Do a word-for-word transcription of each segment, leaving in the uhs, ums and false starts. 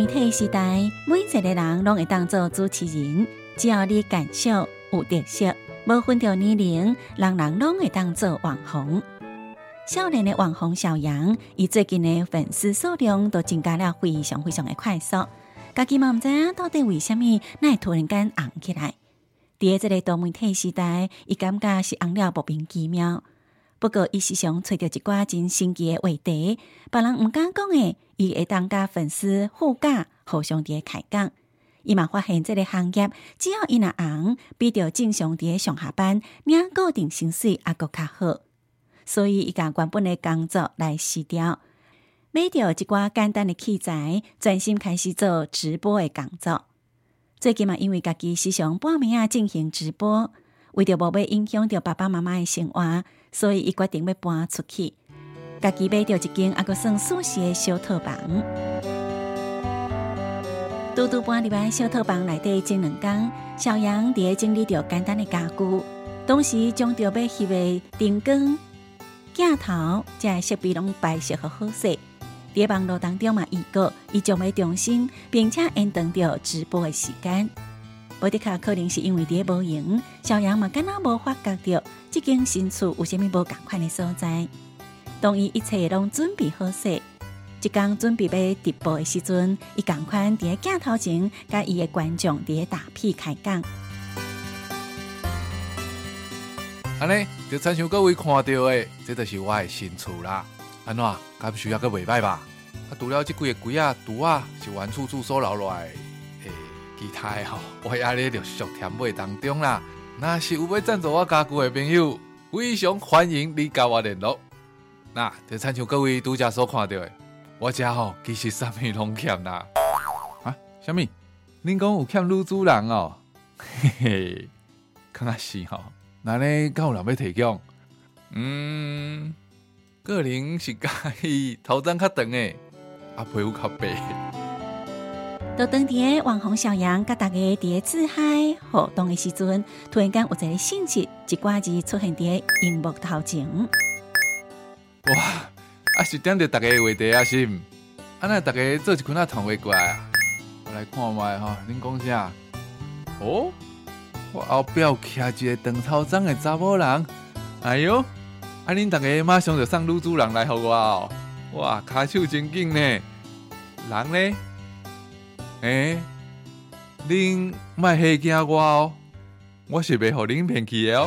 媒体时代，每一个人拢会当做主持人，只要你敢笑有特色，无分着年龄，人人拢会当做网红。少年的网红小杨，伊最近的粉丝数量都增加了非常非常的快速，家己嘛毋知影到底为什么，会突然间红起来。伫这个多媒体时代，伊感觉是红了莫名其妙。不过，伊时常找到一寡真神奇的话题，别人毋敢讲的，伊会当甲粉丝互教，互相伫开讲。伊嘛发现这个行业，只要伊若红，比着正常伫上下班领固定薪水还佫较好。所以，伊甲原本的工作来辞掉，买着一寡简单的器材，专心开始做直播的工作。最近嘛，因为家己时常半暝啊进行直播，为着无要影响到爸爸妈妈的生活，所以伊决定要搬出去，家己买着一间还佫算舒适的小套房。拄拄搬入来小套房内底前两天，小杨伫咧整理着简单的家具，同时将着要翕的灯光、镜头这些设备拢摆设好好势。伫网络当中嘛，预告伊将要重新，并且延长着直播的时间。无的确可能是因为伫无闲，小杨嘛敢若无发觉到这间新厝有啥物无同款的所在。当伊一切拢准备好势，一天准备要直播的时阵，伊同款伫镜头前，甲伊的观众伫咧大屁开讲。 安尼，就亲像各位看到的，这就是我的新厝啦。安怎，敢需要阁袂歹吧？啊，除了这几个柜啊、橱啊，是原厝住所留落来，诶，其他的吼，我压咧着续添买当中啦。若是有要赞助我家具的朋友，非常欢迎你甲我联络。那就亲像各位拄则所看到的，我遮吼其实啥物拢欠啦。啊，啥物？恁讲有欠女主人哦？嘿嘿，敢若是吼。那呢，敢有人要提供？嗯。个人是介意头长较长的，啊皮肤较白。 到当地网红小杨甲大家伫咧自嗨互动的时阵，突然间有一个信息一寡字出现伫荧幕头前。 哇！啊是点着大家的话题啊是？啊那大家做一群啊团话过来啊？我来看卖吼，恁讲啥？哦，我后壁有徛一个长头长的查某人，哎哟！啊！恁大家马上就送女主人来互我哦！哇，骹手真紧呢。人呢？诶、欸，恁莫吓惊我哦，我是袂互恁骗去的哦。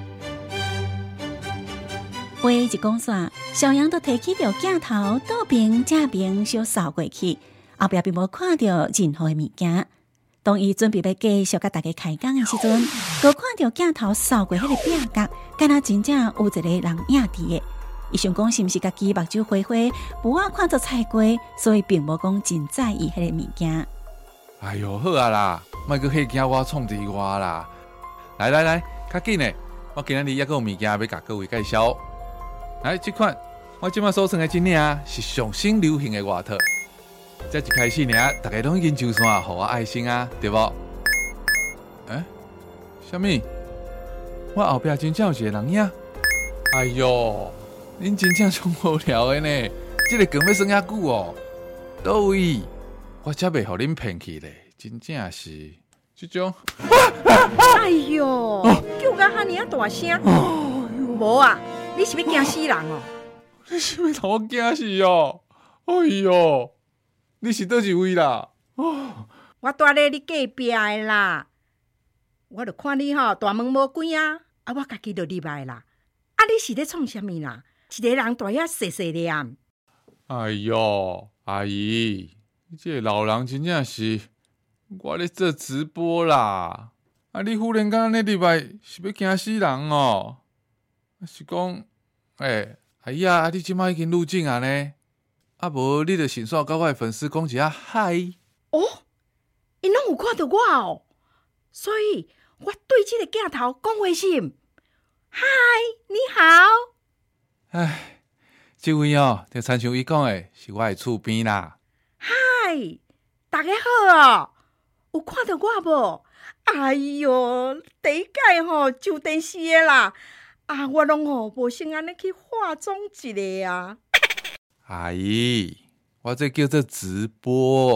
话一讲煞，小杨都提起着镜头，倒边正边小扫过去，后壁并无看到任何的物件。当伊准备要继续甲大家开讲的时阵，就看到镜头扫过迄个壁角，敢若真正有一个人影伫的。伊想讲是毋是家己目睭花花，无啊看做菜瓜，所以并无讲真在意迄个物件。 哎哟，好啊啦，莫阁吓惊我创治我啦！来来来，较紧的，我今仔日还阁有物件要甲各位介绍。来，这款我即摆所穿的这领是上新流行的外套。这一开始呢，大家拢已经就线，互我爱心啊，对不？哎，什么？我后壁真正有一个人影。哎哟，恁真正上无聊的呢！这个梗要算遐久哦。倒位，我才袂互恁骗去咧，真正是这种。 哎哟，叫甲遐尼啊大声！无啊，你是要惊死人哦？ 你是要让我惊死哦？哎哟！你是倒一位啦？哦， 我住咧你隔壁的啦。我著看你吼大门无关啊，啊我家己就入来啦。啊你是咧创啥物啦？一个人住遐细细念。 哎哟，阿姨，你这个老人真正是，我咧做直播啦。啊你忽然间安尼入来，是要惊死人哦？是讲，诶、欸，阿姨啊，你即摆已经入境啊呢？啊无，你著先煞甲我的粉丝讲一下嗨。 哦，因拢有看到我哦，所以我对这个镜头讲话是嗨，你好。 唉，这位哦，就亲像伊讲的，是我的厝边啦。 嗨，大家好哦，有看到我无？哎哟，第一届吼就电视的啦，啊，我拢吼无先安尼去化妆一下啊。 阿姨，我这叫做直播，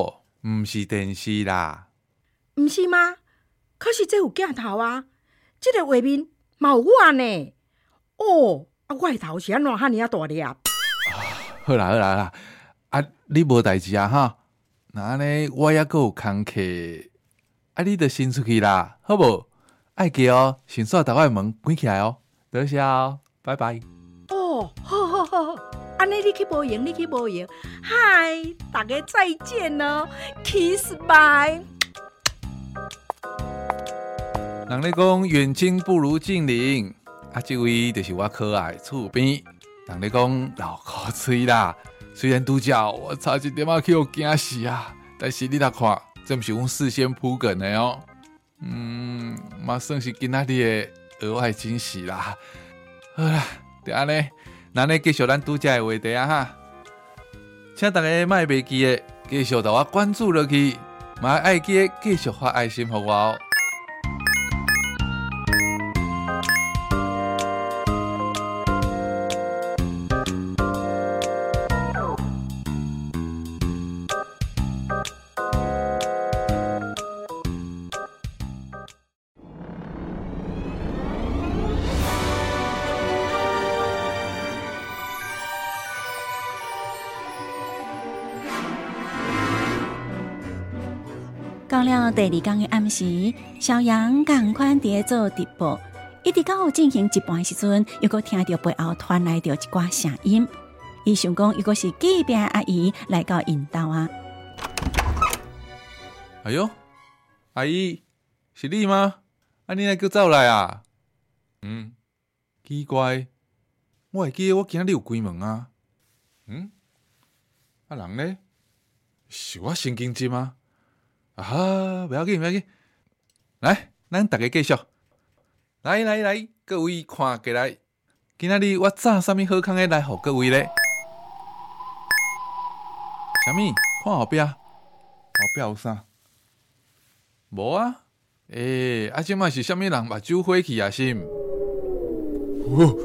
毋是电视啦。 毋是吗？可是这有镜头啊，这个画面嘛有我呢。哦，啊，我的头是安怎遐尼啊大粒？ 好啦好啦好啦，啊，你无代志啊哈？那安尼我还阁有工课，啊，你着先出去啦，好无？爱记哦，先锁大我的门关起来哦。多谢哦，拜拜。 哦，好好好，安尼你去无闲，你去无闲。嗨，大家再见哦 ，kiss bye。 人咧讲远亲不如近邻，啊，这位就是我可爱厝边。人咧讲老古吹啦，虽然拄则我差一点仔去互惊死啊，但是你来看，这毋是阮事先铺梗的哦。嗯，嘛算是今仔日的额外惊喜啦。好啦，就安尼，咱咧继续咱拄则的话题啊哈。请大家莫袂记的，继续带我关注落去，嘛爱记的继续发爱心给我哦。 到了第二天的暗时，小杨赶快伫做直播，一直到进行一半时阵，又搁听到背后传来着一寡声音。伊想讲，如果是隔壁阿姨来到引导啊。 哎呦，阿姨，是你吗？啊，你来叫走来啊？嗯，奇怪，我会记得我今日有关门啊。嗯，啊人呢？是我神经质吗？啊，不要紧，不要紧。来，咱大家继续。来来来，各位看过来，今仔日我炸啥物好康的来互各位咧？啥物？看后壁，后壁有啥？无啊。诶、欸，啊，即摆是啥物人目睭火气啊？是毋？哦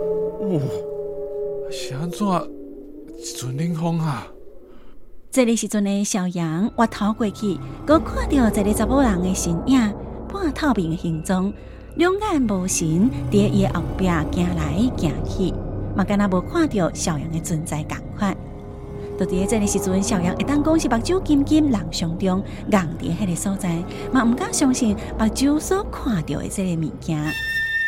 哦，是安怎一阵冷风啊？ 这个时阵的小杨滑头过去，佮看到一个查某人的身影，半透明的形状，两眼无神，伫伊的后壁行来行去，嘛敢若无看到小杨的存在共款。就伫这个时阵，小杨会当讲是目睭金金人上中，硬伫迄个所在，嘛毋敢相信目睭所看到的这个物件。 欸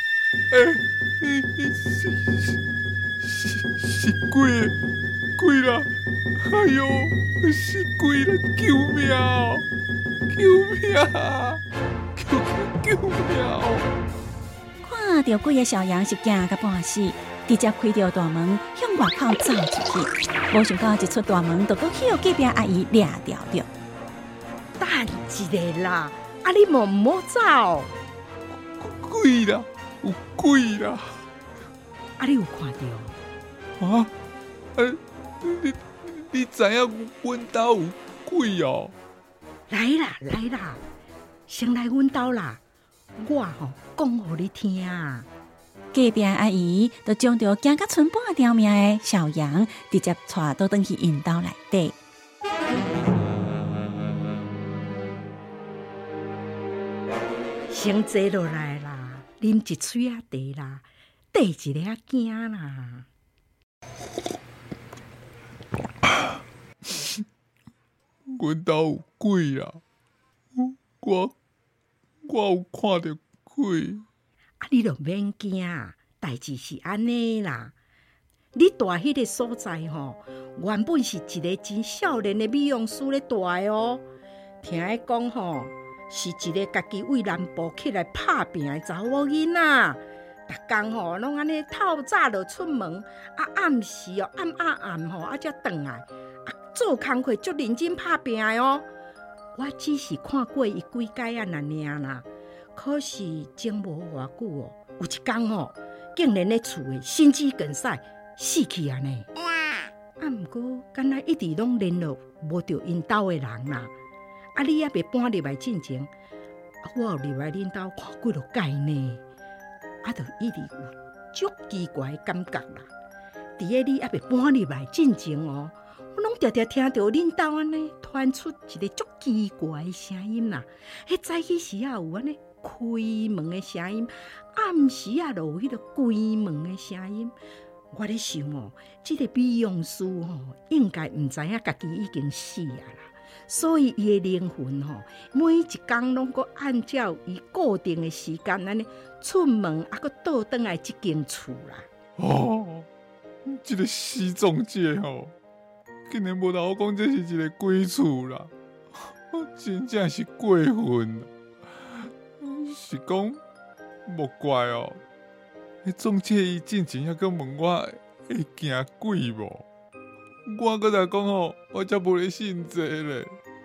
是是是鬼鬼啦！哎呦，是鬼啦！救命哦！救命啊！救救命哦！ 看到鬼的小杨是惊甲半死，直接开着大门向外口走出去。无想到一出大门，就搁去互隔壁阿姨掠掉着。 等一下啦，啊你莫唔好走。 鬼啦！有鬼啦！ 啊你有看到？ 啊？啊你你知影阮兜有鬼哦？ 来啦来啦，先来阮兜啦，我吼讲互你听。 隔壁阿姨就将着惊甲剩半条命的小杨直接带倒转去因兜内底。 先坐落来啦，啉一喙仔茶啦，缀一个仔惊啦。 阮兜有鬼啊！我我有看到鬼。 啊，你著免惊，代志是安尼啦。你住迄个所在吼，原本是一个真少年的美容师咧住的哦。听伊讲吼，是一个家己为南部起来拍拼的查某囡仔。逐工吼，拢安尼透早就出门，啊暗时哦暗暗暗吼，啊才转来，啊做工课足认真拍拼的哦。我只是看过伊几摆啊那尔啦，可是前无偌久哦，有一天吼，竟然咧厝诶心肌梗塞死去啊呢。啊，毋过敢若一直拢联络无着因兜诶人啦。啊，你还袂搬入来进前，我有入来恁兜看几落届呢。啊，就一直有足奇怪的感觉啦。伫个你还袂搬入来进前哦，我拢常常听到恁兜安尼传出一个足奇怪的声音啦。迄早起时啊有安尼开门的声音，暗时啊就有迄个关门的声音。我咧想哦，即、这个美容师吼，应该毋知影家己已经死啊啦。所以伊的灵魂吼，每一工拢阁按照伊固定的时间安尼出门，啊，阁倒转来即间厝啦。 哦，这个死中介吼，竟然无甲我讲这是一个鬼厝啦，真正是过分啦！是讲莫怪哦，迄中介伊进前还阁问我会惊鬼无？我搁才讲吼，我才无咧信这咧。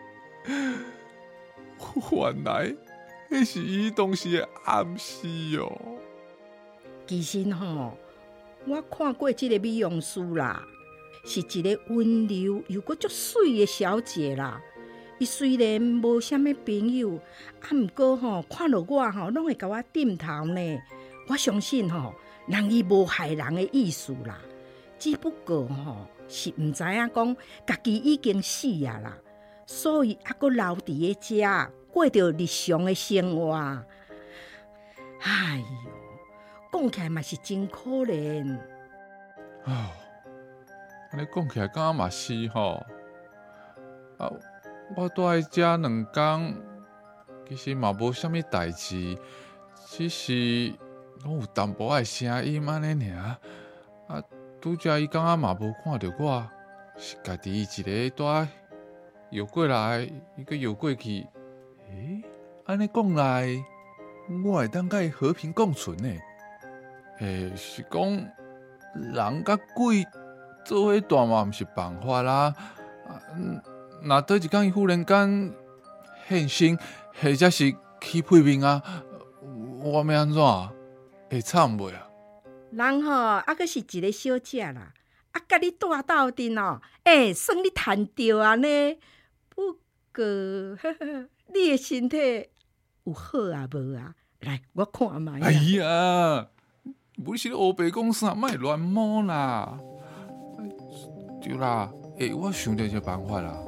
原来迄是伊当时的暗示哦。 其实吼，我看过即个美容师啦，是一个温柔又阁足水的小姐啦。伊虽然无啥物朋友，啊，毋过吼看到我吼，拢会甲我点头呢。我相信吼，人伊无害人的意思啦，只不过吼是毋知影讲家己已经死啊啦，所以还阁留伫咧遮，过着日常的生活。哎哟，讲起来嘛是真可怜。 啊，安尼讲起来，敢若嘛是吼。啊，我住喺遮两工，其实嘛无啥物代志，只是拢有淡薄仔声音安尼尔。啊，拄则伊敢若嘛无看到我，是家己一个住游过来，伊个游过去。诶，安尼讲来，我会当甲伊和平共存呢。诶，是讲人甲鬼做伙住嘛，毋是办法啦。啊，若倒一天伊忽然间现身，或者是起屁面啊，我要安怎？会惨袂啊？ 人吼，啊，阁是一个小姐啦，啊，甲你住斗阵哦，诶、欸，算你趁着安尼。不过，呵呵，你的身体有好啊无啊？来，我看卖。 哎呀，不是黑白讲啥，莫乱摸啦。对啦，诶、欸，我想到一个办法啦。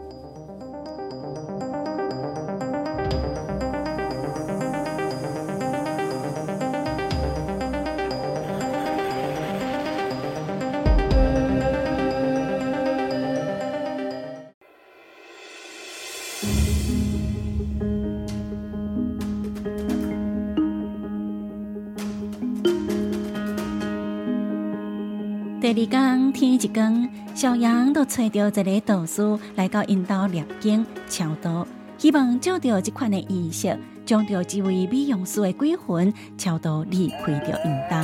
第二天天一光，小杨就找到一个道士来到因兜念经超度，希望照着这款的仪式，将着这位美容师的鬼魂超度离开着因兜。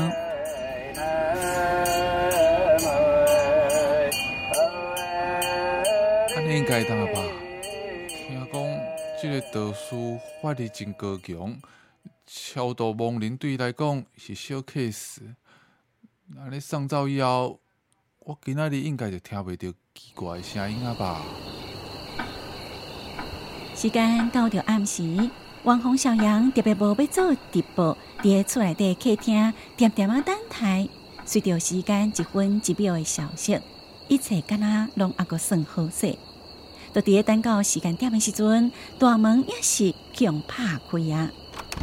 安尼应该当吧？听讲这个道士法力真高强，超度亡灵对伊来讲是小 case。那你送走以后，我今仔日应该就听袂到奇怪的声音啊吧？ 时间到着暗时，王红小杨特别无要做直播，伫厝内底客厅点点啊等待，随着时间一分一秒的消息，一切敢若拢还阁算好势。就伫等到时间点的时阵，大门也是强拍开啊！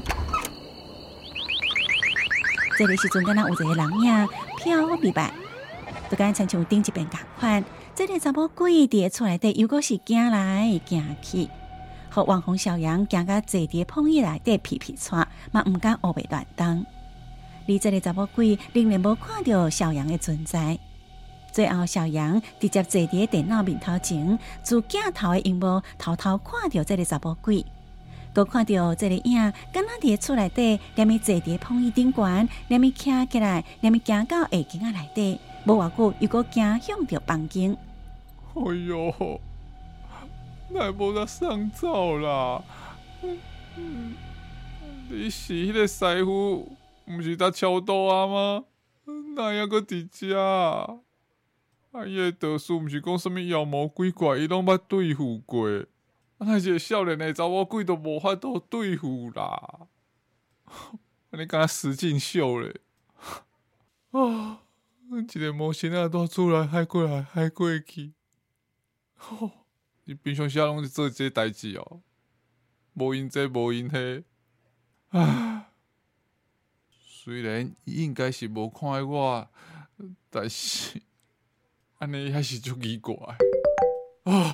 这个时阵，敢若有一个人影飘入来，就敢亲像顶一遍共款。这个查某鬼伫厝内底，又阁是行来行去，互王红小杨行到坐伫碰椅内底皮皮喘，嘛毋敢黑白乱动。而这个查某鬼仍然无看到小杨的存在。最后，小杨直接坐伫电脑面头前，自镜头的荧幕偷偷看到这个查某鬼。佮看到这个影，敢若伫厝内底，连伊坐伫碰椅顶悬，连伊徛起来，连伊行到下间仔内底，无偌久又佮行向着房间。 哎哟，乃无得送走啦！嗯、你是迄个师傅，毋是搭超度啊吗？哪还佮伫遮？啊，伊个道士毋是讲什物妖魔鬼怪，伊拢捌对付过。啊，那一个少年的查某鬼都无法度对付啦！安尼敢若使劲秀咧！啊，一个魔神仔带出来，害过来，害过去。 吼，你平常时拢是做这代志哦，无因这无因迄，唉。虽然伊应该是无看见我，但是安尼还是足奇怪。啊！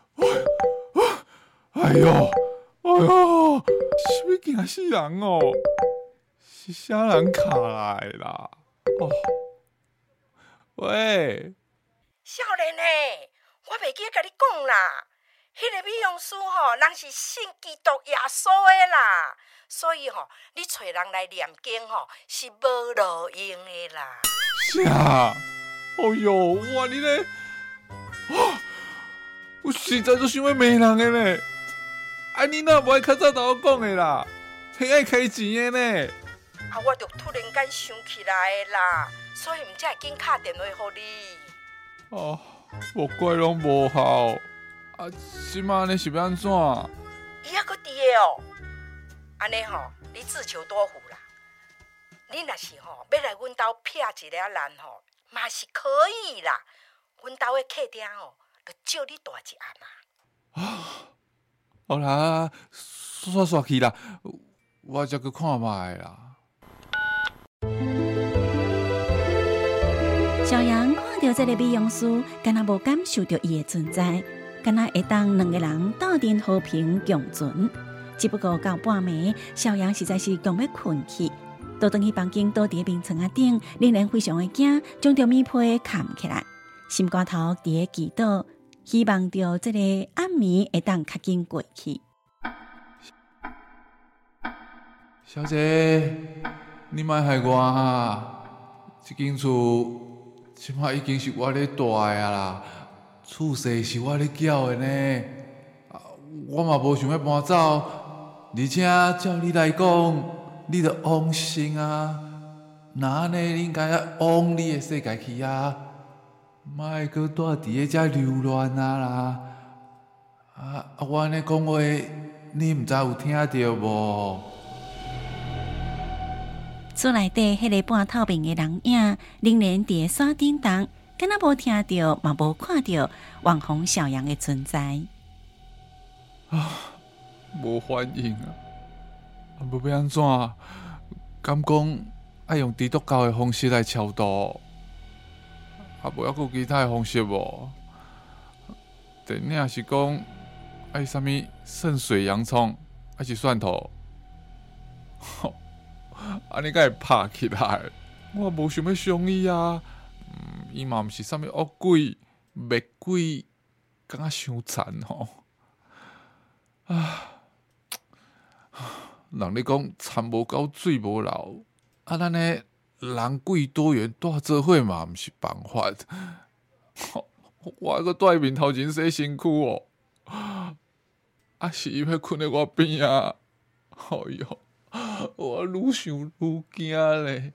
哎呦，哎呦，什么惊死人哦？是啥人卡来啦？哦，喂， 少年诶，我袂记甲你讲啦，迄、那个美容师吼，人是信基督耶稣诶啦，所以吼，你找人来念经吼，是无路用诶啦。 啥？哦呦，哇你咧！哦，我实在都想要骂人诶咧。啊，你哪无爱较早甲我讲诶啦？迄爱开钱诶呢？ 啊，我就突然间想起来诶啦，所以毋才会紧打电话互你。 哦，无怪拢无效。啊，即马安尼是要安怎？ 伊还阁伫诶哦。安尼吼，你自求多福啦。你若是吼要来阮兜劈一个兰吼，嘛是可以啦。阮兜诶客厅吼，就借你大一暗嘛。 啊，好啦，煞煞去啦，我才去看卖啦。 小杨看到这个美容师，敢若无感受到伊的存在，敢若会当两个人斗阵和平共存。只不过到半暝，小杨实在是强要困去，倒转去房间倒伫眠床仔顶，仍然非常的惊，将着棉被盖起来，心肝头伫咧祈祷，希望着这个暗暝会当较紧过去。 小姐，你莫害我哈！这间厝即摆已经是我咧住的啊啦，厝势是我咧缴的呢。啊，我嘛无想要搬走，而且照你来讲，你着往生啊。那安尼你应该要往你的世界去啊，莫搁住伫咧遮流乱啊啦。啊啊！我安尼讲话，你毋知有听到无？ 厝内底迄个半透明的人影，仍然伫咧山顶动，敢若无听到，嘛无看到网红小杨的存在。 啊，无反应啊！啊，要要安怎？敢讲爱用基督教的方式来超度？啊，无还有其他的方式无？电影是讲爱啥物圣水洋葱，还是蒜头？吼！安尼才会拍起来，我无想要伤伊啊！嗯，伊嘛毋是啥物恶鬼、灭鬼，感觉伤残吼。啊，人咧讲田无够水无流，啊，咱咧人鬼多元住做伙嘛，毋是办法。我还阁住喺面头前洗身躯哦，啊是伊要困喺我边啊！哎哟！我愈想愈惊咧！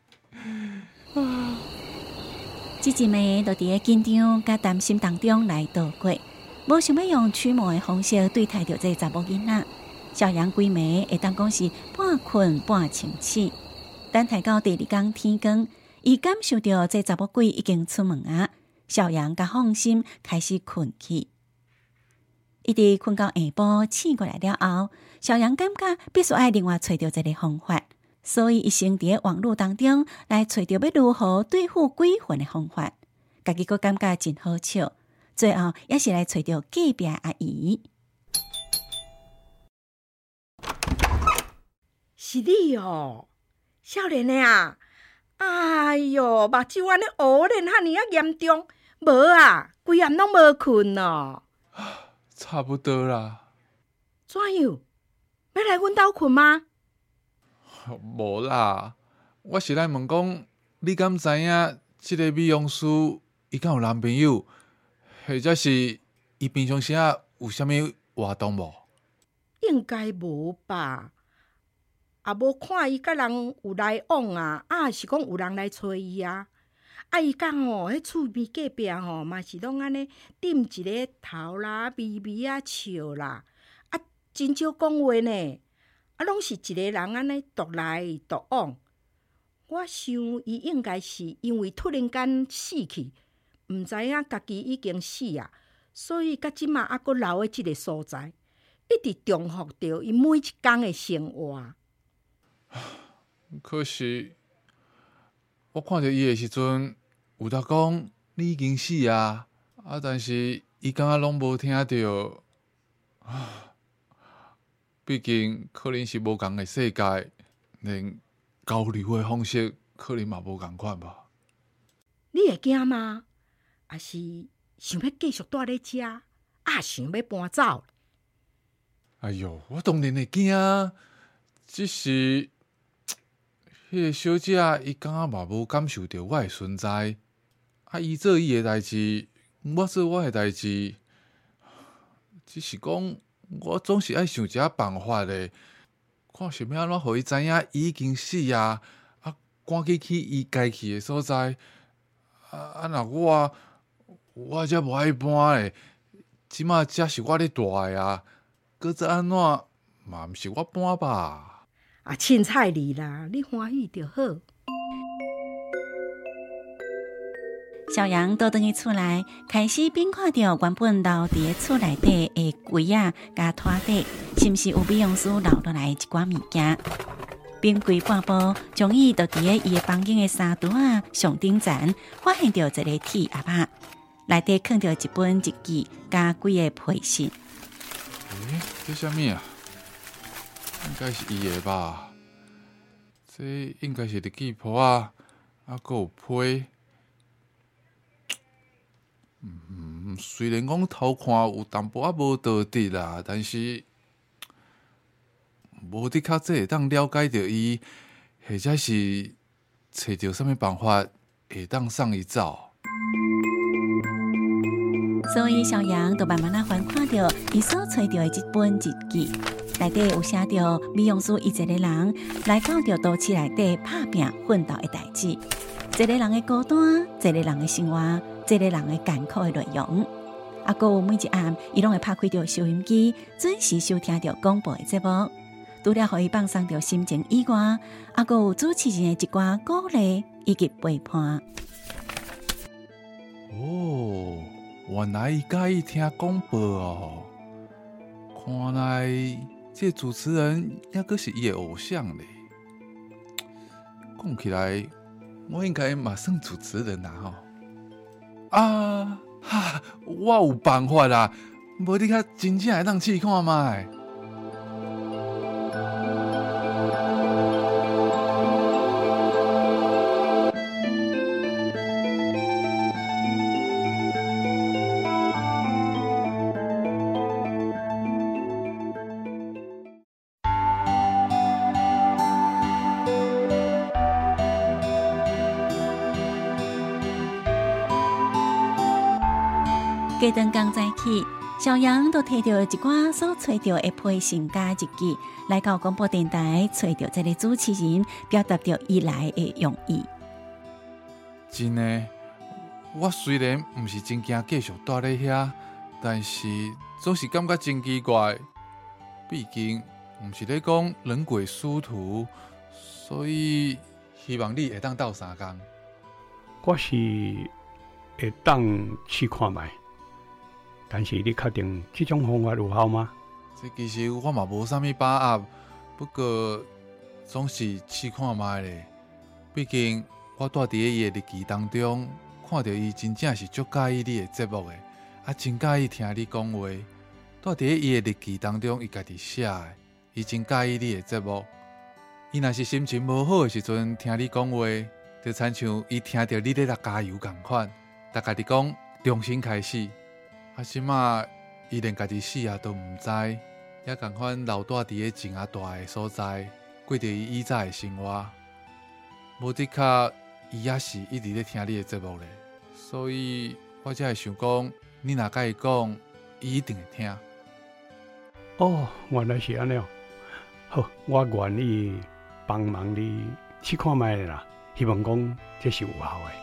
这一暝就伫咧紧张甲担心当中来度过，无想要用驱魔的方式对待着这查某囡仔。小杨规暝会当讲是半困半清醒，等待到第二天天光，伊感受到这查某鬼已经出门啊。小杨甲放心开始困去。一直困到下晡醒过来了后，小杨感觉必须爱另外找到一个方法，所以伊先伫网络当中来找到要如何对付鬼魂的方法，家己阁感觉真好笑，最后也是来找到隔壁阿姨。 是你哦，少年的啊！哎哟，目睭安尼乌脸遐尼啊严重，无啊，规暗拢无困哦。 差不多啦。 怎样？要来阮兜困吗？ 无啦，我是来问讲，你敢知影即个美容师伊敢有男朋友，或者是伊平常时啊有啥物活动无？ 应该无吧？也无看伊甲人有来往啊，啊是讲有人来找伊啊。啊，伊讲吼，迄厝边隔壁吼，嘛是拢安尼点一个头啦，微微啊笑啦，啊真少讲话呢，啊拢是一个人安尼独来独往。我想伊应该是因为突然间死去，毋知影家己已经死啊， 所以到即马还阁留喺即个所在，一直重复着伊每一工的生活。 可是我看到伊的时阵，有当讲你已经死啊，啊，但是伊敢若拢无听到。啊，毕竟可能是无共的世界，连交流的方式可能嘛无共款吧。 你会惊吗？还是想要继续住咧遮，啊，想要搬走？ 哎哟，我当然会惊，只是迄个小姐伊敢若嘛无感受到我的存在，啊，伊做伊的代志，我做我的代志。只是讲，我总是爱想一个办法的，看是要安怎，互伊知影伊已经死啊，啊，赶紧去伊该去的所在。啊啊！若我我才无爱搬诶，即马才是我咧住诶啊，搁再安怎嘛毋是我搬吧？ 啊，凊彩你啦，你欢喜就好。 小杨倒转去厝内，开始边看到原本留伫咧厝内底的柜仔甲拖底，是毋是有美容师留落来一寡物件？边柜半步，将伊倒伫咧伊的房间的三桌啊上顶层，发现到一个铁盒仔，内底放着一本日记甲几个批信。 诶、欸，这啥物啊？应该是伊的吧？这应该是日记簿啊，啊，阁有批。嗯，虽然讲偷看有淡薄仔无道德啦，但是无的确这会当了解到伊，或者是找到啥物办法会当送伊走。 所以小杨就慢慢啊翻看到伊所找到的一本日记，内底有写着美容师伊一个人来到着都市内底打拼奋斗的代志，一个人的孤单，一个人的生活。这个人的艰苦的内容，啊，还有每一暗，伊拢会拍开着收音机，准时收听着广播的节目。除了互伊放松着心情以外，啊，还有主持人的一寡鼓励以及陪伴。 哦，原来伊介意听广播哦，看来这主持人也阁是伊的偶像咧。讲起来，我应该嘛算主持人啦吼。啊哈！我有办法啦，无你较真正会当试看卖。 加顿刚早起，小杨都摕到一寡所找到的批信甲日记，来到广播电台，找到这个主持人，表达着伊来的用意。 真的，我虽然毋是真惊继续住咧遐，但是总是感觉真奇怪。毕竟毋是咧讲人鬼殊途，所以希望你会当斗三工。 我是会当试看卖。但是你确定这种方法有效吗？ 这其实我嘛无啥物把握，不过总是试看卖咧。毕竟我住伫伊的日记当中，看到伊真正是足介意你的节目的，啊，真介意听你讲话。住伫伊的日记当中，伊家己写的，伊真介意你的节目。伊若是心情无好的时阵，听你讲话，就亲像伊听到你咧来加油共款，逐家己讲重新开始。啊，即马伊连家己死啊都毋知，也共款留住伫个真啊大个所在，过着伊以前的生活。无的确，伊也是一直咧听你的节目咧，所以我才会想讲，你若甲伊讲，伊一定会听。 哦，原来是安尼哦。好，我愿意帮忙你试看卖啦，希望讲这是有效的。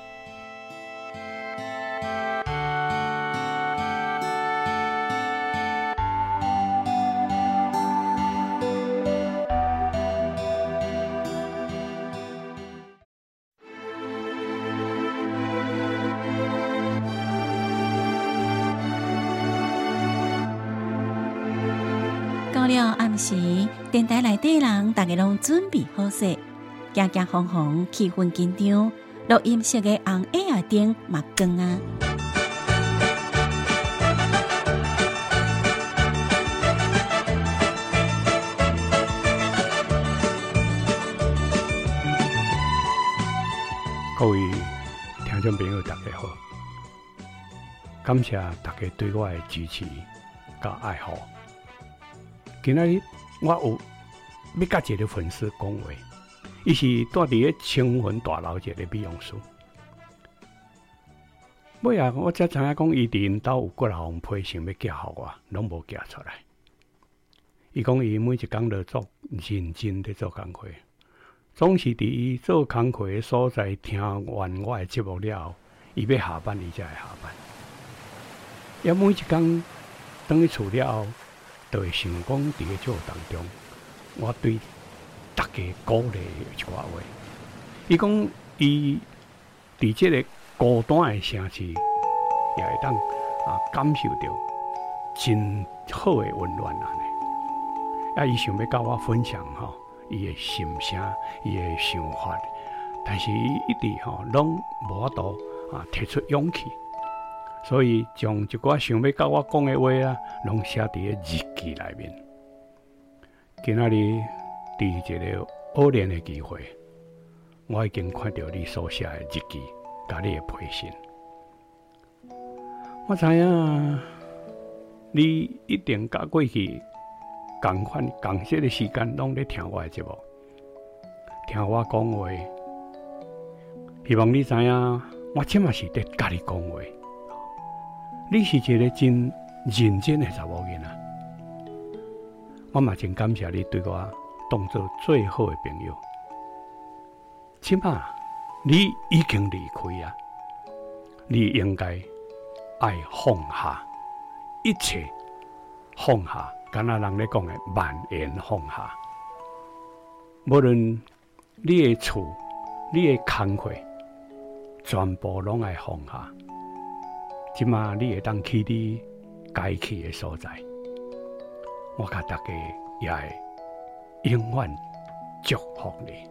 了暗时，电台内底人大家拢准备好势，行行风风，气氛紧张，录音室的红矮啊灯嘛光啊。 各位听众朋友，大家好，感谢大家对我的支持和爱护。今仔日我有要甲一个粉丝讲话，伊是住伫咧清云大楼一个美容师。尾啊，我才知影讲伊伫因兜有骨头皮想要寄互我，拢无寄出来。伊讲伊每一工都做认真咧做工课。总是伫伊做工课的所在，听完我的节目了后，伊要下班，伊才会下班。也每一工等于厝了后，就会想讲伫个节目当中，我对大家鼓励一寡话。伊讲伊伫即个孤单的城市，也会当啊感受到真好的温暖安尼。啊，伊想要甲我分享吼。伊的心声，伊的想法，但是伊一直吼拢无法度啊提出勇气，所以将一寡想要甲我讲的话啊，拢写伫个日记内面。今仔日伫一个偶然的机会，我已經看到你所寫的日記，甲你的批信。我知影你一定甲過去同款同些的時間，攏咧聽我的節目，聽我講話。希望你知影，我即嘛是咧甲你講話。你是一個真認真的查某囡仔，我嘛真感謝你對我當作最好的朋友。即嘛你已經離開啊，你應該愛放下一切，放下。敢若人咧講嘅萬言放下，無論你嘅厝、你嘅工課，全部攏愛放下。即馬你會當去你該去嘅所在，我甲大家也會永遠祝福你。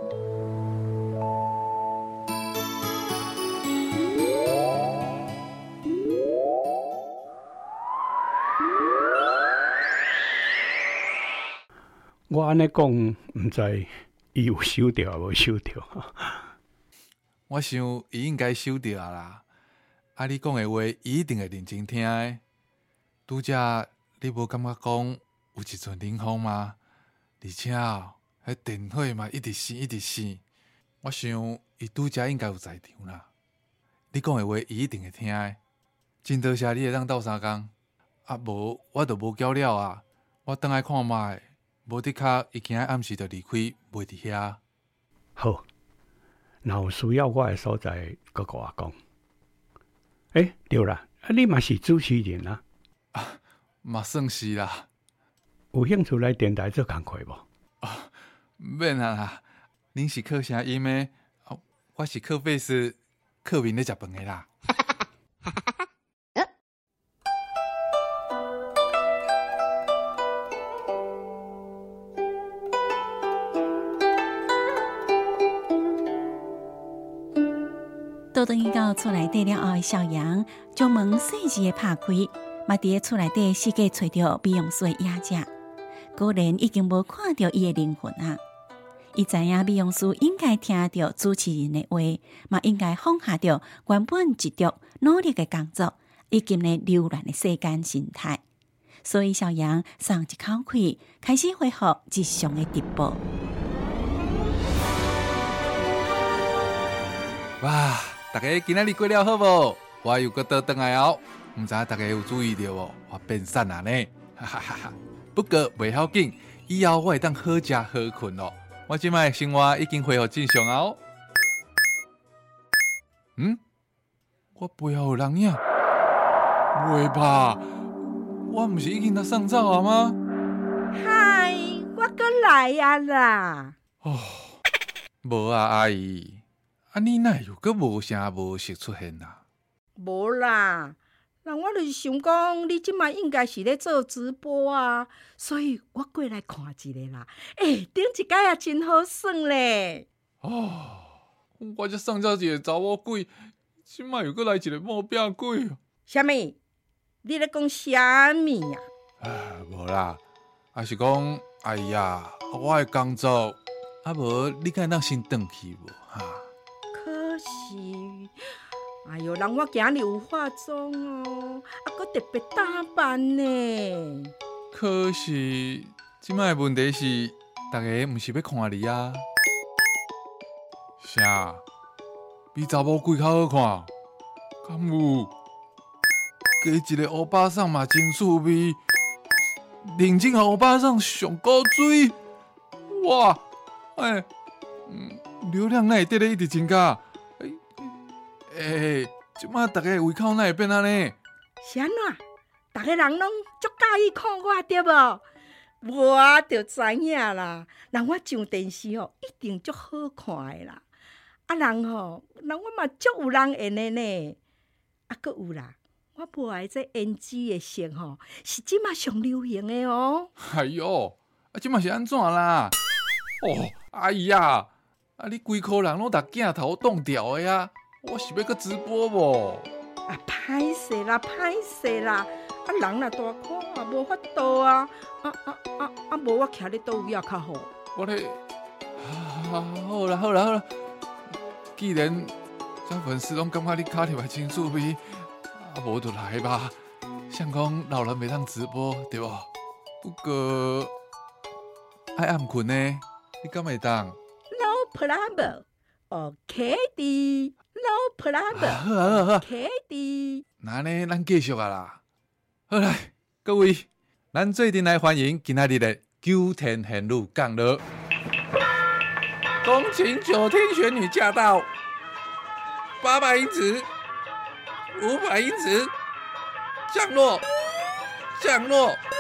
我安尼讲，毋知伊有收到无收到？ 我想伊应该收到啦。啊，你讲的话，伊一定会认真听的。拄则你无感觉讲有一阵冷风吗？而且哦，迄电火嘛一直闪一直闪。我想伊拄则应该有在场啦。你讲的话，伊一定会听的。真多谢你会当斗相共，啊无我就无交了啊。我倒来看卖。无的确，伊今仔暗时就离开，袂伫遐。 好，若有需要我的所在，佮甲我讲。诶，对啦，啊，你嘛是主持人啊？ 啊，嘛算是啦。 有兴趣来电台做工课无？ 啊，免啊啦，恁是靠声音的，啊，我是靠贝斯、靠面咧食饭的啦。 倒转去到厝内底了后的小杨，将门细细的拍开，嘛伫咧厝内底四界找着美容师的野只，果然已经无看到伊的灵魂啊！伊知影美容师应该听到主持人的话，嘛应该放下着原本执着努力的工作，以及呢流乱的世间心态。所以小杨松一口气，开始恢复日常的直播。 哇！大家今仔日过了好无？我又搁倒转来哦，毋知大家有注意到无？我变瘦啊呢，哈哈哈哈！不过袂要紧，以后我会当好食好困哦。我即摆生活已经恢复正常哦。嗯？我背后有人影？袂吧？我毋是已经来送走啊吗？ 嗨，我搁来啊啦！ 哦，无啊，阿姨。啊，你哪有阁无声无息出现啊？ 无啦， 那我就是想讲，你即摆应该是咧做直播啊，所以我过来看一下啦。诶、欸，顶一摆也真好耍咧。 哦，我才送到一个查某鬼，即摆又搁来一个毛病鬼。 啥物？你咧讲啥物啊？ 啊，无啦，还是讲，哎呀，我的工作，啊无你敢当先转去无哈？ 可惜。哎哟，人我今日有化妆哦，啊，搁特别打扮呢。 可是，即摆问题是，大家毋是要看你啊？ 啥？比查某鬼较好看？敢有？ 加一个欧巴桑嘛真趣味，认真欧巴桑上高水。 哇！哎，嗯，流量哪会得咧一直增加？ 诶，即摆大家胃口哪会变安尼？ 是安怎？大家人拢足介意看我对无？我就知影啦。人我上电视吼，一定足好看的啦。啊，人吼，人我嘛足有人缘的呢。啊，搁有啦，我无爱这胭脂的色吼，是即马上流行的哦。 哎哟，啊，即马是安怎啦？哦，哎呀，啊，你规箍人拢把镜头挡掉的啊！我是要搁直播无？ 啊，歹势啦，歹势啦！啊，人若大看也无法度啊！啊啊啊啊！无我徛咧倒位啊较好。 我咧，啊，好啦好啦好啦，既然遮粉丝拢感觉你卡入来真趣味，啊，无就来吧。像讲老人袂当直播对无？不过爱暗困呢，你敢会当 ？No problem，OK 的。No problem， 好啊好啊好啊， OK 的。 那呢，咱继续啊啦。好来，各位，咱做阵来欢迎今仔日的九天玄女降落。 恭请九天玄女驾到，八百英尺，五百英尺，降落，降落。